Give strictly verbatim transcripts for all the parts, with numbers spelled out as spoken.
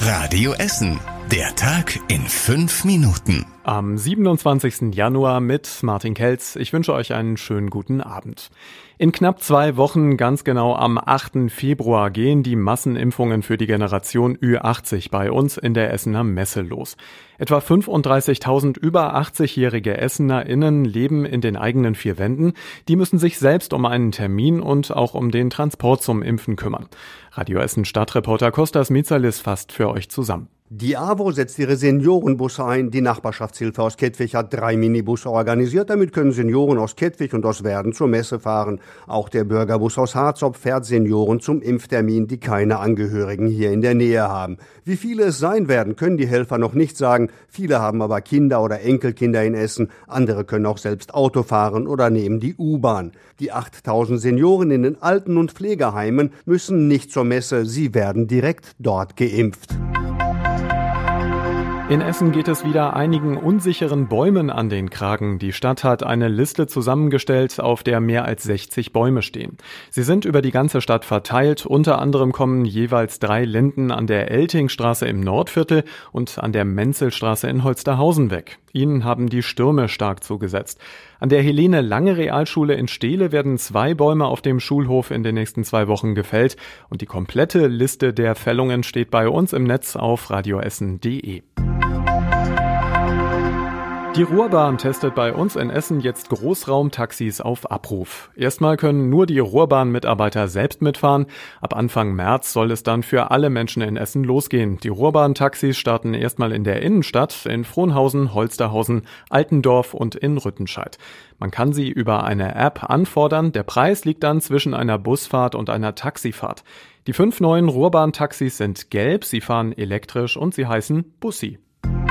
Radio Essen. Der Tag in fünf Minuten. Am siebenundzwanzigsten Januar mit Martin Kelz. Ich wünsche euch einen schönen guten Abend. In knapp zwei Wochen, ganz genau am achten Februar, gehen die Massenimpfungen für die Generation Ü achtzig bei uns in der Essener Messe los. Etwa fünfunddreißigtausend über achtzig-jährige EssenerInnen leben in den eigenen vier Wänden. Die müssen sich selbst um einen Termin und auch um den Transport zum Impfen kümmern. Radio Essen Stadtreporter Kostas Mitsalis fasst für euch zusammen. Die A W O setzt ihre Seniorenbusse ein. Die Nachbarschaftshilfe aus Kettwig hat drei Minibusse organisiert. Damit können Senioren aus Kettwig und aus Werden zur Messe fahren. Auch der Bürgerbus aus Harzop fährt Senioren zum Impftermin, die keine Angehörigen hier in der Nähe haben. Wie viele es sein werden, können die Helfer noch nicht sagen. Viele haben aber Kinder oder Enkelkinder in Essen. Andere können auch selbst Auto fahren oder nehmen die U-Bahn. Die achttausend Senioren in den Alten- und Pflegeheimen müssen nicht zur Messe. Sie werden direkt dort geimpft. In Essen geht es wieder einigen unsicheren Bäumen an den Kragen. Die Stadt hat eine Liste zusammengestellt, auf der mehr als sechzig Bäume stehen. Sie sind über die ganze Stadt verteilt. Unter anderem kommen jeweils drei Linden an der Eltingstraße im Nordviertel und an der Menzelstraße in Holsterhausen weg. Ihnen haben die Stürme stark zugesetzt. An der Helene-Lange-Realschule in Steele werden zwei Bäume auf dem Schulhof in den nächsten zwei Wochen gefällt. Und die komplette Liste der Fällungen steht bei uns im Netz auf radioessen punkt de. Die Ruhrbahn testet bei uns in Essen jetzt Großraumtaxis auf Abruf. Erstmal können nur die Ruhrbahn-Mitarbeiter selbst mitfahren. Ab Anfang März soll es dann für alle Menschen in Essen losgehen. Die Ruhrbahn-Taxis starten erstmal in der Innenstadt, in Frohnhausen, Holsterhausen, Altendorf und in Rüttenscheid. Man kann sie über eine App anfordern. Der Preis liegt dann zwischen einer Busfahrt und einer Taxifahrt. Die fünf neuen Ruhrbahn-Taxis sind gelb, sie fahren elektrisch und sie heißen Bussi.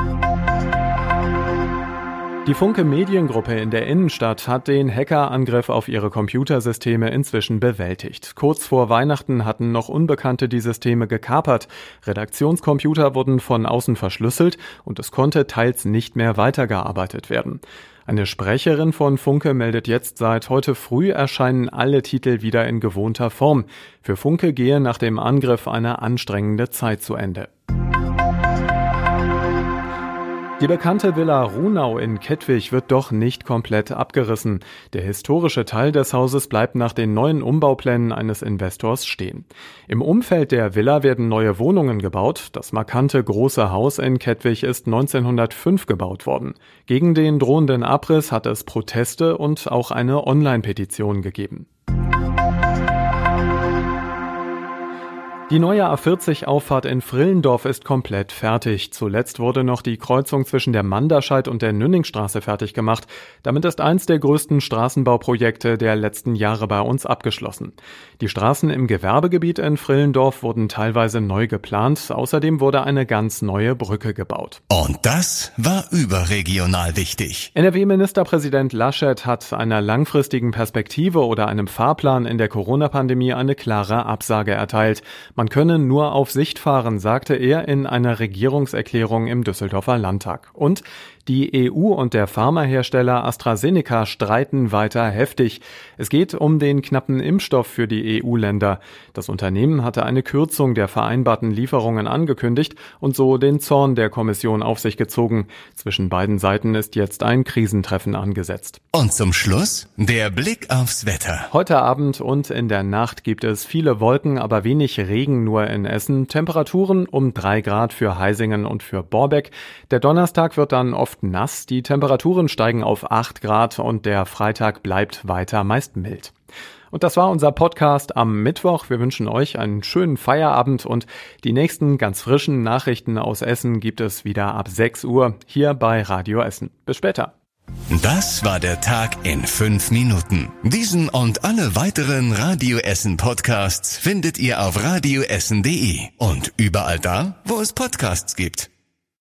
Die Funke Mediengruppe in der Innenstadt hat den Hackerangriff auf ihre Computersysteme inzwischen bewältigt. Kurz vor Weihnachten hatten noch Unbekannte die Systeme gekapert. Redaktionscomputer wurden von außen verschlüsselt und es konnte teils nicht mehr weitergearbeitet werden. Eine Sprecherin von Funke meldet jetzt, seit heute früh erscheinen alle Titel wieder in gewohnter Form. Für Funke gehe nach dem Angriff eine anstrengende Zeit zu Ende. Die bekannte Villa Runau in Kettwig wird doch nicht komplett abgerissen. Der historische Teil des Hauses bleibt nach den neuen Umbauplänen eines Investors stehen. Im Umfeld der Villa werden neue Wohnungen gebaut. Das markante große Haus in Kettwig ist neunzehnhundertfünf gebaut worden. Gegen den drohenden Abriss hat es Proteste und auch eine Online-Petition gegeben. Die neue A vierzig-Auffahrt in Vrillendorf ist komplett fertig. Zuletzt wurde noch die Kreuzung zwischen der Manderscheid und der Nünningstraße fertig gemacht. Damit ist eins der größten Straßenbauprojekte der letzten Jahre bei uns abgeschlossen. Die Straßen im Gewerbegebiet in Vrillendorf wurden teilweise neu geplant. Außerdem wurde eine ganz neue Brücke gebaut. Und das war überregional wichtig. N R W-Ministerpräsident Laschet hat einer langfristigen Perspektive oder einem Fahrplan in der Corona-Pandemie eine klare Absage erteilt. Man könne nur auf Sicht fahren, sagte er in einer Regierungserklärung im Düsseldorfer Landtag. Und die E U und der Pharmahersteller AstraZeneca streiten weiter heftig. Es geht um den knappen Impfstoff für die E U-Länder. Das Unternehmen hatte eine Kürzung der vereinbarten Lieferungen angekündigt und so den Zorn der Kommission auf sich gezogen. Zwischen beiden Seiten ist jetzt ein Krisentreffen angesetzt. Und zum Schluss der Blick aufs Wetter. Heute Abend und in der Nacht gibt es viele Wolken, aber wenig Regen nur in Essen. Temperaturen um drei Grad für Heisingen und für Borbeck. Der Donnerstag wird dann oft nass. Die Temperaturen steigen auf acht Grad und der Freitag bleibt weiter meist mild. Und das war unser Podcast am Mittwoch. Wir wünschen euch einen schönen Feierabend und die nächsten ganz frischen Nachrichten aus Essen gibt es wieder ab sechs Uhr hier bei Radio Essen. Bis später. Das war der Tag in fünf Minuten. Diesen und alle weiteren Radio Essen Podcasts findet ihr auf radioessen punkt de und überall da, wo es Podcasts gibt.